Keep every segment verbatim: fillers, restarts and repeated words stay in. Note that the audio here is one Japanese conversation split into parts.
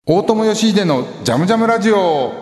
大友義秀のジャムジャムラジオ。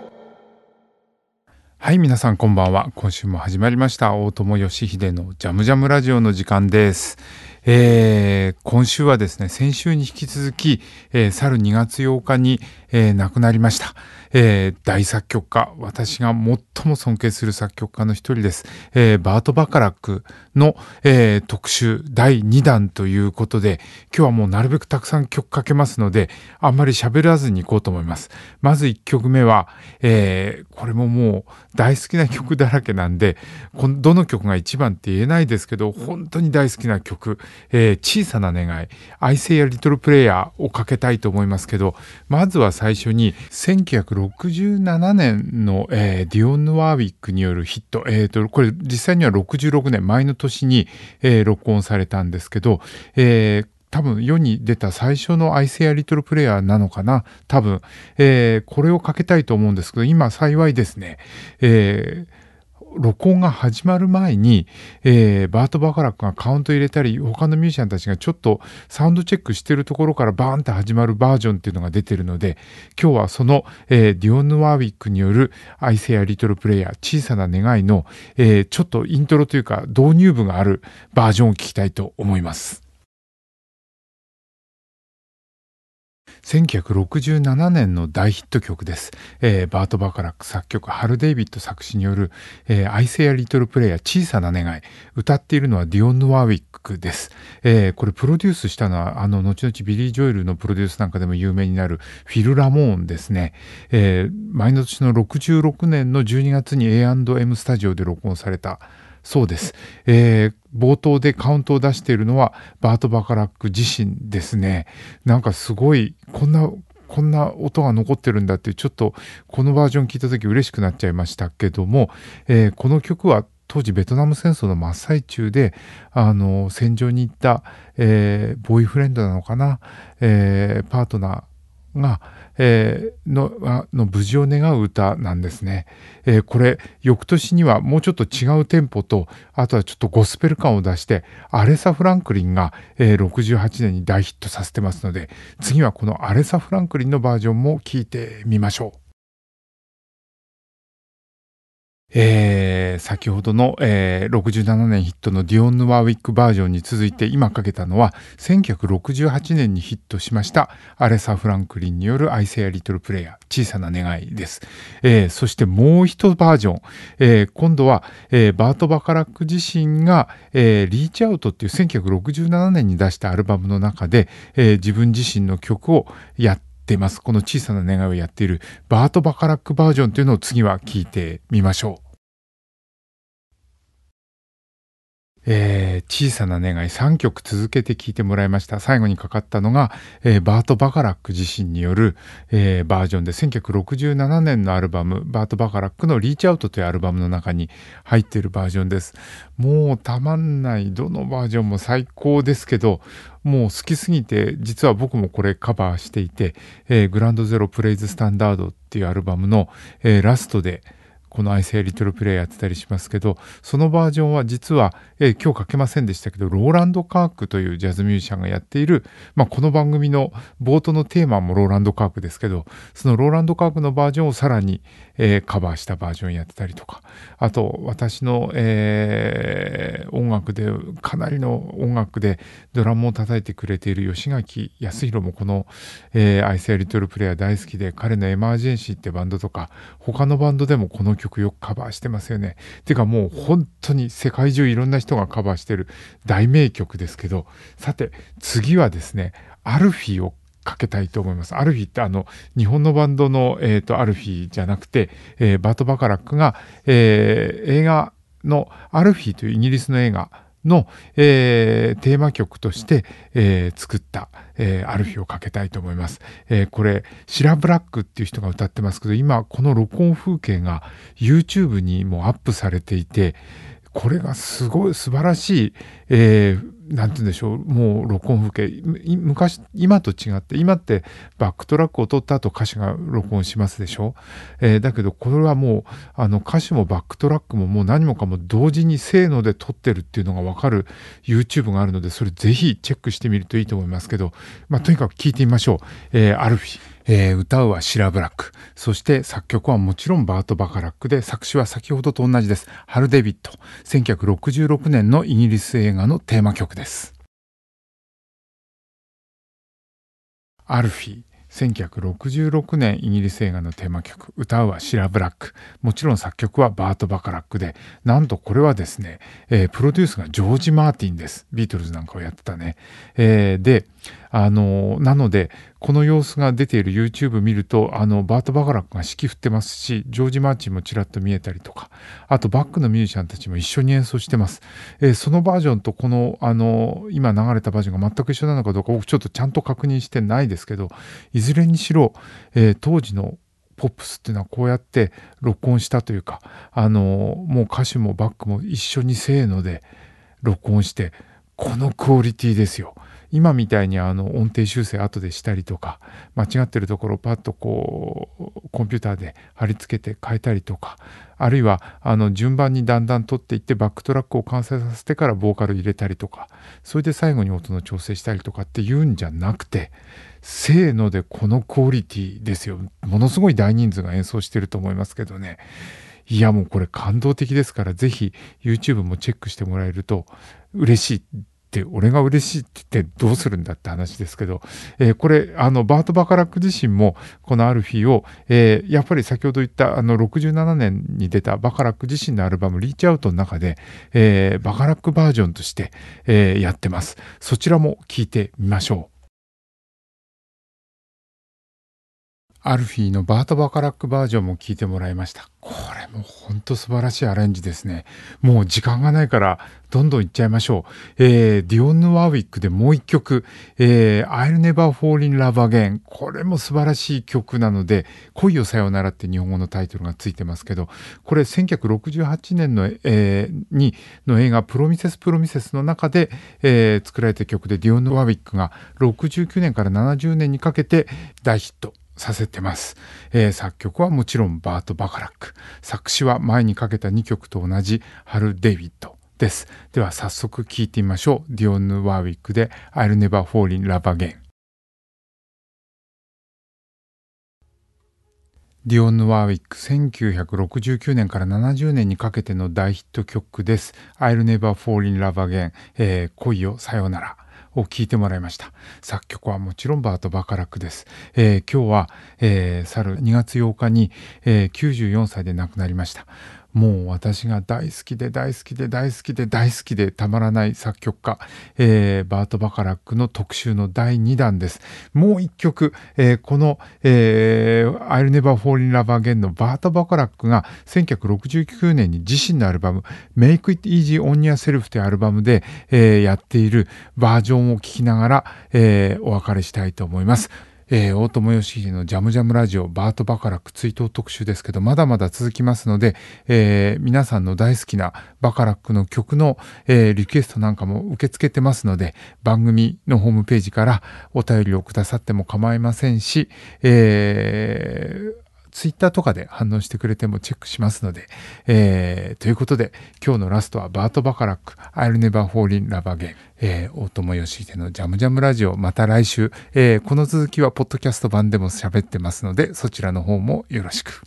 はい、皆さんこんばんは。今週も始まりました大友義秀のジャムジャムラジオの時間です。えー、今週はですね、先週に引き続き、えー、去るにがつようかに、えー、亡くなりました、えー、大作曲家、私が最も尊敬する作曲家の一人です、えー、バート・バカラックの、えー、特集だいにだんということで、今日はもうなるべくたくさん曲かけますので、あんまり喋らずにいこうと思います。まずいっきょくめは、えー、これももう大好きな曲だらけなんで、このどの曲が一番って言えないですけど、本当に大好きな曲、えー、小さな願い、I Say a Little Prayer をかけたいと思いますけど、まずは最初にせんきゅうひゃくろくじゅうななねんの、えー、ディオンヌ・ワーウィックによるヒット、えーと、これ実際にはろくじゅうろくねん、前の年に、えー、録音されたんですけど、えー多分世に出た最初の I Say a Little Prayer なのかな多分、えー、これをかけたいと思うんですけど、今幸いですね、えー録音が始まる前に、えー、バート・バカラックがカウント入れたり、他のミュージシャンたちがちょっとサウンドチェックしてるところからバーンって始まるバージョンっていうのが出てるので、今日はその、えー、ディオンヌ・ワーウィックによる I Say a Little Prayer 小さな願いの、えー、ちょっとイントロというか導入部があるバージョンを聞きたいと思います。せんきゅうひゃくろくじゅうななねんの大ヒット曲です。えー、バート・バカラック作曲、ハル・デイビッド作詞による、えー、I Say a Little Prayer 小さな願い。歌っているのはディオンヌ・ワーウィックです。えー、これプロデュースしたのは、あの、後々ビリー・ジョエルのプロデュースなんかでも有名になるフィル・ラモーンですね。えー、前の年のろくじゅうろくねんのじゅうにがつに エーアンドエム スタジオで録音されたそうです。えー、冒頭でカウントを出しているのはバート・バカラック自身ですね。なんかすごい、こんな、こんな音が残ってるんだっていう、ちょっとこのバージョン聞いた時嬉しくなっちゃいましたけども、えー、この曲は当時ベトナム戦争の真っ最中で、あの、戦場に行った、えー、ボーイフレンドなのかな、えー、パートナーが、えー、の、の無事を願う歌なんですね。えー、これ、翌年にはもうちょっと違うテンポと、あとはちょっとゴスペル感を出して、アレサ・フランクリンが、えー、ろくじゅうはちねんに大ヒットさせてますので、次はこのアレサ・フランクリンのバージョンも聞いてみましょう。えー、先ほどの、えー、ろくじゅうななねんヒットのディオンヌ・ワーウィックバージョンに続いて今かけたのはせんきゅうひゃくろくじゅうはちねんにヒットしましたアレサ・フランクリンによる I Say a Little Prayer 小さな願いです。えー、そしてもう一バージョン、えー、今度は、えー、バート・バカラック自身が、えー、リーチアウトっていうせんきゅうひゃくろくじゅうななねんに出したアルバムの中で、えー、自分自身の曲をやっています。この小さな願いをやっているバート・バカラックバージョンというのを次は聞いてみましょう。えー、小さな願いさんきょく続けて聴いてもらいました。最後にかかったのが、えー、バート・バカラック自身による、えー、バージョンでせんきゅうひゃくろくじゅうななねんのアルバム、バート・バカラックのリーチアウトというアルバムの中に入っているバージョンです。もうたまんない。どのバージョンも最高ですけど、もう好きすぎて、実は僕もこれカバーしていて、えー、グランドゼロプレイズスタンダードっていうアルバムの、えー、ラストで、この I Say a Little Prayer やってたりしますけど、そのバージョンは実は、えー、今日かけませんでしたけど、ローランド・カークというジャズミュージシャンがやっている、まあ、この番組の冒頭のテーマもローランド・カークですけど、そのローランド・カークのバージョンをさらに、えー、カバーしたバージョンやってたりとか、あと私の、えー、音楽で、かなりの音楽でドラムを叩いてくれている吉垣康弘もこの、えー、I Say a Little Prayer 大好きで、彼のエマージェンシーってバンドとか、他のバンドでもこの曲よくカバーしてますよね。てかもう本当に世界中いろんな人がカバーしてる大名曲ですけど、さて次はですね、アルフィーをかけたいと思います。アルフィーってあの日本のバンドの、えー、とアルフィーじゃなくて、えー、バート・バカラックが、えー、映画のアルフィーというイギリスの映画の、えー、テーマ曲として、えー、作った、えー、アルフィーをかけたいと思います。えー、これシラ・ブラックっていう人が歌ってますけど、今この録音風景が YouTube にもアップされていて、これがすごい素晴らしい、えー、なんて言うんでしょう、もう録音風景、昔、今と違って、今ってバックトラックを取った後歌手が録音しますでしょ、えー、だけどこれはもう、あの歌手もバックトラックももう何もかも同時にせーので撮ってるっていうのがわかる YouTube があるので、それぜひチェックしてみるといいと思いますけど、まあとにかく聞いてみましょう。えー、アルフィー。 えー、歌うはシラ・ブラック、そして作曲はもちろんバート・バカラックで、作詞は先ほどと同じです。ハル・デビッド、せんきゅうひゃくろくじゅうろくねんのイギリス映画のテーマ曲です。アルフィー、せんきゅうひゃくろくじゅうろくねんイギリス映画のテーマ曲、歌うはシラ・ブラック、もちろん作曲はバート・バカラックで、なんとこれはですね、えー、プロデュースがジョージ・マーティンです。ビートルズなんかをやってたね。えー、で、あのー、なので、この様子が出ている YouTube 見ると、あの、バート・バカラックが指揮振ってますし、ジョージ・マーチンもちらっと見えたりとか、あとバックのミュージシャンたちも一緒に演奏してます。えー、そのバージョンとこの、あのー、今流れたバージョンが全く一緒なのかどうか、僕ちょっとちゃんと確認してないですけど、いずれにしろ、えー、当時のポップスっていうのはこうやって録音したというか、あのー、もう歌手もバックも一緒にせーので録音して、このクオリティですよ。今みたいにあの音程修正後でしたりとか、間違ってるところをパッとこうコンピューターで貼り付けて変えたりとか、あるいはあの順番にだんだん取っていってバックトラックを完成させてからボーカル入れたりとか、それで最後に音の調整したりとかっていうんじゃなくて、せーのでこのクオリティですよ。ものすごい大人数が演奏してると思いますけどね。いやもうこれ感動的ですから、ぜひ YouTube もチェックしてもらえると嬉しい。って俺が嬉しいって言ってどうするんだって話ですけど、えー、これあのバート・バカラック自身もこのアルフィーを、えー、やっぱり先ほど言ったあのろくじゅうななねんに出たバカラック自身のアルバムリーチアウトの中で、えー、バカラックバージョンとして、えー、やってます。そちらも聞いてみましょう。アルフィーのバート・バカラックバージョンも聞いてもらいました。これも本当素晴らしいアレンジですね。もう時間がないからどんどんいっちゃいましょう。えー、ディオンヌ・ワーウィックでもう一曲、えー、I'll Never Fall in Love Again。これも素晴らしい曲なので、恋をさよならって日本語のタイトルがついてますけど、これせんきゅうひゃくろくじゅうはちねんの、えー、にの映画プロミセス・プロミセスの中で、えー、作られた曲で、ディオンヌ・ワーウィックがろくじゅうきゅうねんからななじゅうねんにかけて大ヒットさせてます。えー、作曲はもちろんバート・バカラック。作詞は前にかけたにきょくと同じハル・デイビッドです。では早速聴いてみましょう。ディオンヌ・ワーウィックで I'll Never Fall in Love Again。ディオンヌ・ワーウィック、せんきゅうひゃくろくじゅうきゅうねんからななじゅうねんにかけての大ヒット曲です。I'll Never Fall in Love Again、えー、恋よさよなら。を聞いてもらいました。作曲はもちろんバート・バカラックです。えー、今日は、えー、去るにがつようかに、えー、きゅうじゅうよんさいで亡くなりました。もう私が大好きで大好きで大好きで大好きでたまらない作曲家、えー、バート・バカラックの特集のだいにだんです。もう一曲、えー、この、えー、I'll Never Fall in Love Again のバート・バカラックがせんきゅうひゃくろくじゅうきゅうねんに自身のアルバム Make It Easy on Yourself というアルバムで、えー、やっているバージョンを聴きながら、えー、お別れしたいと思います。えー、大友義秀のジャムジャムラジオバート・バカラック追悼特集ですけど、まだまだ続きますので、えー、皆さんの大好きなバカラックの曲の、えー、リクエストなんかも受け付けてますので、番組のホームページからお便りをくださっても構いませんし、えーツイッターとかで反応してくれてもチェックしますので、えー、ということで今日のラストはバート・バカラック I'll Never Fall in Love Again、えー、大友義秀のジャムジャムラジオ、また来週、えー、この続きはポッドキャスト版でも喋ってますので、そちらの方もよろしく。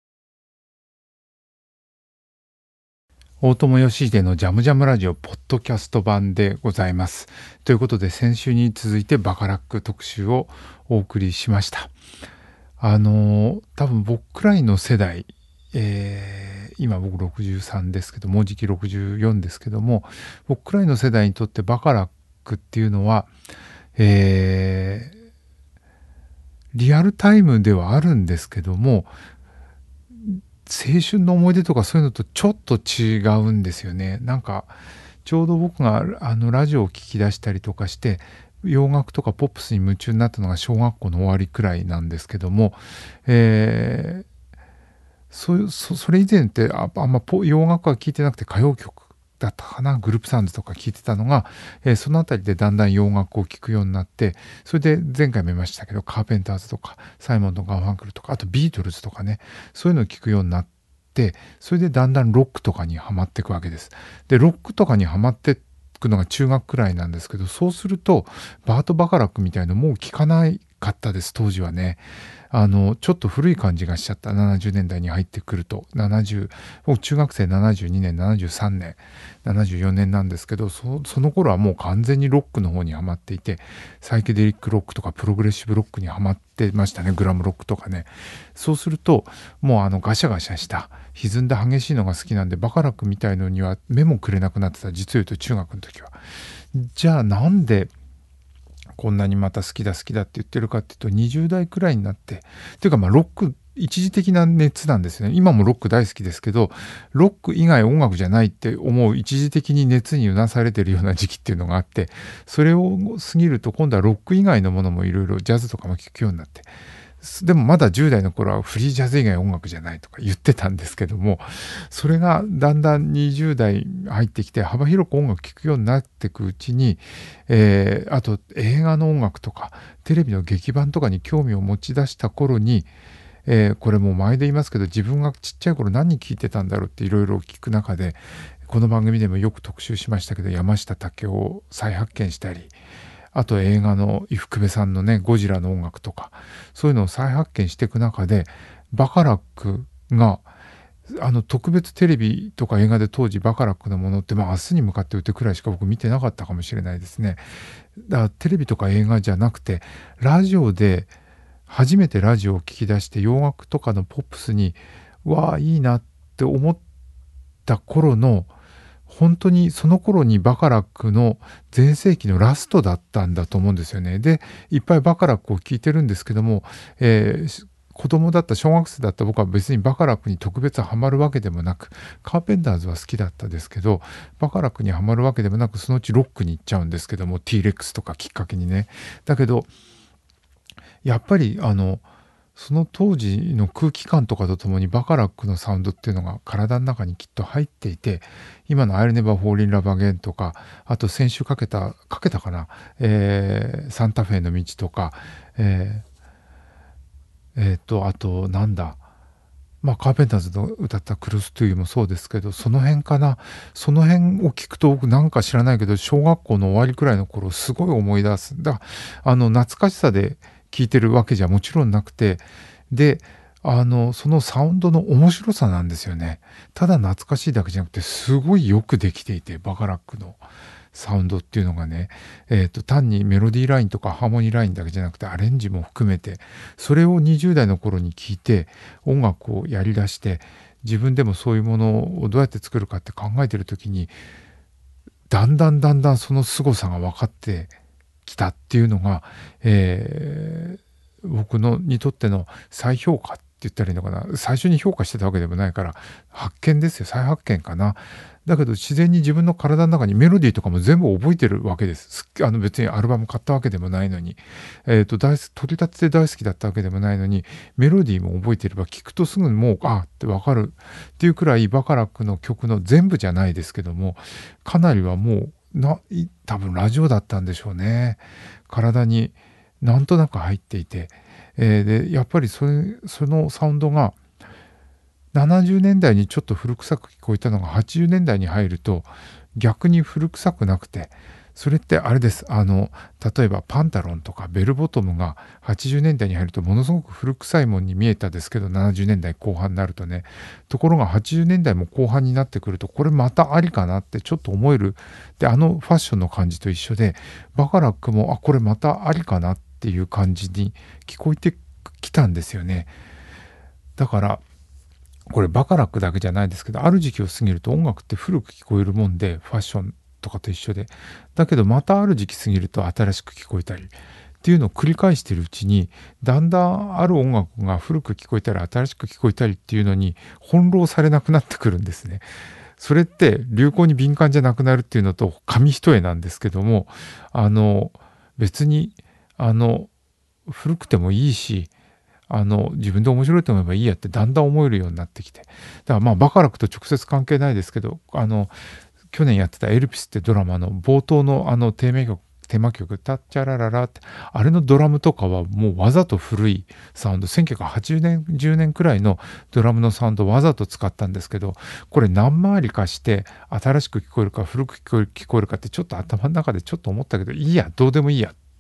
大友義秀のジャムジャムラジオポッドキャスト版でございます。ということで先週に続いてバカラック特集をお送りしました。あの多分僕らいの世代、えー、今僕ろくじゅうさんですけどもうじきろくじゅうよんですけども、僕らいの世代にとってバカラックっていうのは、えー、リアルタイムではあるんですけども、青春の思い出とかそういうのとちょっと違うんですよね。なんかちょうど僕があのラジオを聞き出したりとかして洋楽とかポップスに夢中になったのが小学校の終わりくらいなんですけども、えー、そ, そ, それ以前ってああんま洋楽は聴いてなくて歌謡曲だったかな、グループサウンドとか聴いてたのが、えー、そのあたりでだんだん洋楽を聴くようになって、それで前回も言いましたけどカーペンターズとかサイモンとガンファンクルとかあとビートルズとかね、そういうのを聴くようになって、それでだんだんロックとかにはまっていくわけです。でロックとかにはまってくのが中学くらいなんですけど、そうするとバート・バカラックみたいのもう聞かないかったです、当時はね。あのちょっと古い感じがしちゃった。ななじゅうねんだいに入ってくると、ななじゅう僕中学生ななじゅうにねん、ななじゅうさんねん、ななじゅうよねんなんですけど、そその頃はもう完全にロックの方にはまっていて、サイケデリックロックとかプログレッシブロックにはまってましたね。グラムロックとかね。そうするともうあのガシャガシャした歪んだ激しいのが好きなんで、バカラックみたいのには目もくれなくなってた、実を言うと中学の時は。じゃあなんでこんなにまた好きだ好きだって言ってるかっていうと、にじゅう代くらいになって、っていうかまあロック一時的な熱なんですよね。今もロック大好きですけど、ロック以外音楽じゃないって思う一時的に熱にうなされてるような時期っていうのがあって、それを過ぎると今度はロック以外のものもいろいろジャズとかも聴くようになって、でもまだじゅう代の頃はフリージャズ以外音楽じゃないとか言ってたんですけども、それがだんだんにじゅう代入ってきて幅広く音楽聴くようになっていくうちに、えーあと映画の音楽とかテレビの劇版とかに興味を持ち出した頃に、えーこれもう前で言いますけど、自分がちっちゃい頃何聴いてたんだろうっていろいろ聞く中で、この番組でもよく特集しましたけど、山下武雄を再発見したり、あと映画の伊福部さんのねゴジラの音楽とか、そういうのを再発見していく中で、バカラックがあの特別テレビとか映画で当時バカラックのものって、まあ明日に向かって打てくらいしか僕見てなかったかもしれないですね。だからテレビとか映画じゃなくて、ラジオで初めてラジオを聞き出して洋楽とかのポップスにわあいいなって思った頃の、本当にその頃にバカラックの全盛期のラストだったんだと思うんですよね。で、いっぱいバカラックを聴いてるんですけども、えー子供だった小学生だった僕は別にバカラックに特別ハマるわけでもなく、カーペンターズは好きだったですけど、バカラックにハマるわけでもなく、そのうちロックに行っちゃうんですけども、 T レックスとかきっかけにね。だけどやっぱりあのその当時の空気感とかとともにバカラックのサウンドっていうのが体の中にきっと入っていて、今の I'll Never Fall in Love Again とか、あと先週かけたかけたかな、えーサンタフェの道とか、えーえーとあとなんだ、まあカーペンターズの歌ったクロストゥーユもそうですけど、その辺かな。その辺を聞くと僕なんか知らないけど、小学校の終わりくらいの頃すごい思い出す。だからあの懐かしさで聞いてるわけじゃもちろんなくて、であのそのサウンドの面白さなんですよね。ただ懐かしいだけじゃなくて、すごいよくできていて、バカラックのサウンドっていうのがね、えーと単にメロディーラインとかハーモニーラインだけじゃなくてアレンジも含めて、それをにじゅう代の頃に聞いて音楽をやりだして、自分でもそういうものをどうやって作るかって考えてる時に、だんだんだんだんその凄さが分かってきたっていうのが、えー僕のにとっての再評価って言ったらいいのかな。最初に評価してたわけでもないから発見ですよ。再発見かな。だけど自然に自分の体の中にメロディーとかも全部覚えてるわけです。あの別にアルバム買ったわけでもないのに、えーと大好き取り立てて大好きだったわけでもないのに、メロディーも覚えてれば聞くとすぐにもうあってわかるっていうくらい、バカラックの曲の全部じゃないですけども、かなりはもうな多分ラジオだったんでしょうね。体になんとなく入っていて、えーでやっぱりそれそのサウンドがななじゅうねんだいにちょっと古臭く聞こえたのがはちじゅうねんだいに入ると逆に古臭くなくて、それってあれです。あの例えばパンタロンとかベルボトムがはちじゅうねんだいに入るとものすごく古臭いもんに見えたですけど、ななじゅうねんだいこう半になるとね。ところがはちじゅうねんだいも後半になってくると、これまたありかなってちょっと思える。であのファッションの感じと一緒で、バカラックもあこれまたありかなっていう感じに聞こえてきたんですよね。だからこれバカラックだけじゃないですけど、ある時期を過ぎると音楽って古く聞こえるもんで、ファッションとかと一緒で、だけどまたある時期過ぎると新しく聞こえたりっていうのを繰り返しているうちに、だんだんある音楽が古く聞こえたり新しく聞こえたりっていうのに翻弄されなくなってくるんですね。それって流行に敏感じゃなくなるっていうのと紙一重なんですけども、あの別にあの古くてもいいし、あの自分で面白いと思えばいいやってだんだん思えるようになってきて、だからまあバカラックと直接関係ないですけど、あの去年やってたエルピスってドラマの冒頭のあのテーマ曲テーマ曲タッチャラララって、あれのドラムとかはもうわざと古いサウンド、せんきゅうひゃくはちじゅうねんじゅうねんくらいのドラムのサウンドわざと使ったんですけど、これ何回りかして新しく聞こえるか古く聞こえる聞こえるかってちょっと頭の中でちょっと思ったけど、いいやどうでもいいやって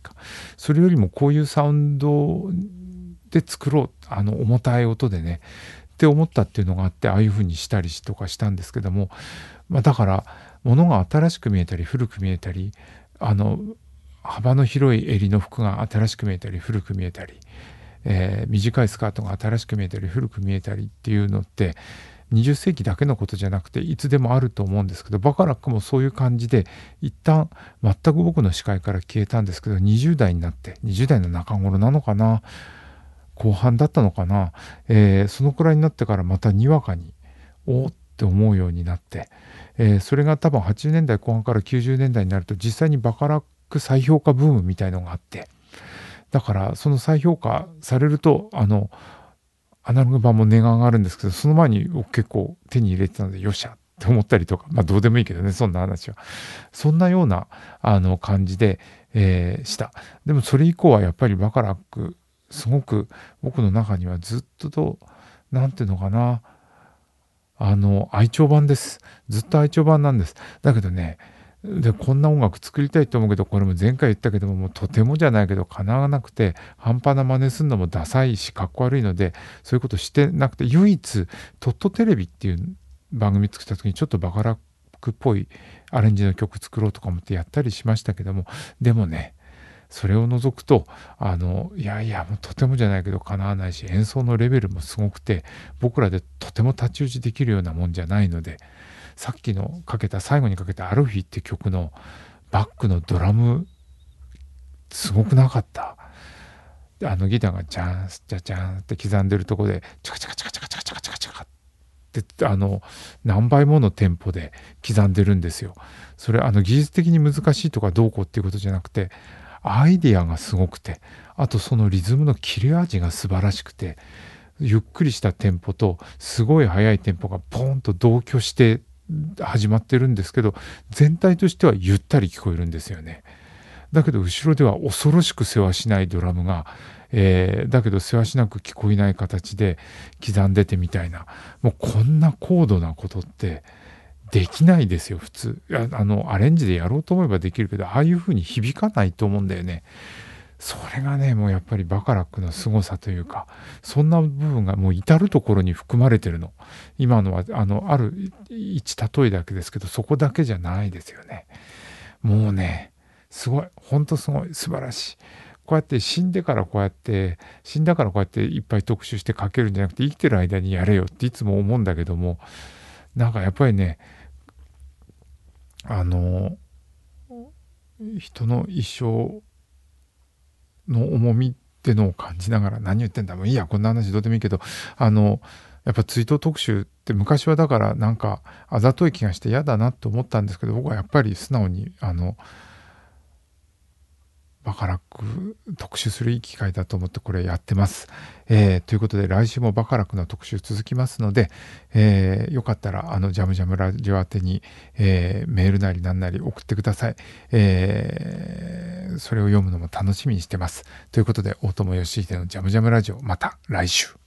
か。それよりもこういうサウンドで作ろう、あの重たい音でねって思ったっていうのがあって、ああいう風にしたりとかしたんですけども、まあ、だから物が新しく見えたり古く見えたり、あの幅の広い襟の服が新しく見えたり古く見えたり、えー短いスカートが新しく見えたり古く見えたりっていうのってにじゅっ世紀だけのことじゃなくていつでもあると思うんですけど、バカラックもそういう感じで一旦全く僕の視界から消えたんですけど、にじゅう代になって、にじゅう代の中頃なのかな、後半だったのかな、えーそのくらいになってからまたにわかにおーって思うようになって、えーそれが多分はちじゅうねんだいこう半からきゅうじゅうねんだいになると実際にバカラック再評価ブームみたいのがあって、だからその再評価されるとあのアナログ版も値が上がるんですけど、その前に僕結構手に入れてたのでよっしゃって思ったりとか、まあどうでもいいけどね、そんな話は。そんなようなあの感じで、えーした。でもそれ以降はやっぱりバカラックすごく僕の中にはずっとと、なんていうのかな、あの愛聴版です。ずっと愛聴版なんです。だけどね、でこんな音楽作りたいと思うけど、これも前回言ったけども、もうとてもじゃないけど叶わなくて、半端な真似するのもダサいしかっこ悪いので、そういうことしてなくて、唯一トットテレビっていう番組作った時にちょっとバカラックっぽいアレンジの曲作ろうとか思ってやったりしましたけども、でもね、それを除くと、あのいやいやもうとてもじゃないけど叶わないし、演奏のレベルもすごくて、僕らでとても太刀打ちできるようなもんじゃないので、さっきのかけた最後にかけた「アルフィ」って曲のバックのドラムすごくなかった？あのギターがジャーンスジャジャーンって刻んでるとこでチャカチャカチャカチャカチャカチャカチャカチャカってあの何倍ものテンポで刻んでるんですよ。それあの技術的に難しいとかどうこうっていうことじゃなくて、アイディアがすごくて、あとそのリズムの切れ味が素晴らしくて、ゆっくりしたテンポとすごい速いテンポがポーンと同居して始まってるんですけど、全体としてはゆったり聞こえるんですよね。だけど後ろでは恐ろしくせわしないドラムが、えーだけどせわしなく聞こえない形で刻んでてみたいな、もうこんな高度なことってできないですよ普通。いやあのアレンジでやろうと思えばできるけど、ああいう風に響かないと思うんだよね。それがね、もうやっぱりバカラックの凄さというか、そんな部分がもう至るところに含まれてるの。今のはあのある一例えだけですけど、そこだけじゃないですよね。もうね、すごい、ほんとすごい、素晴らしい。こうやって死んでからこうやって死んだからこうやっていっぱい特集して書けるんじゃなくて、生きてる間にやれよっていつも思うんだけども、なんかやっぱりね、あの人の一生の重みってのを感じながら、何言ってんだもういいや、こんな話どうでもいいけど、あのやっぱ追悼特集って昔はだからなんかあざとい気がして嫌だなと思ったんですけど、僕はやっぱり素直にあのバカラック特集するいい機会だと思ってこれやってます。えーということで来週もバカラックの特集続きますので、えーよかったらあのジャムジャムラジオ宛てに、えーメールなりなんなり送ってください。えーそれを読むのも楽しみにしてます。ということで大友義秀のジャムジャムラジオ、また来週。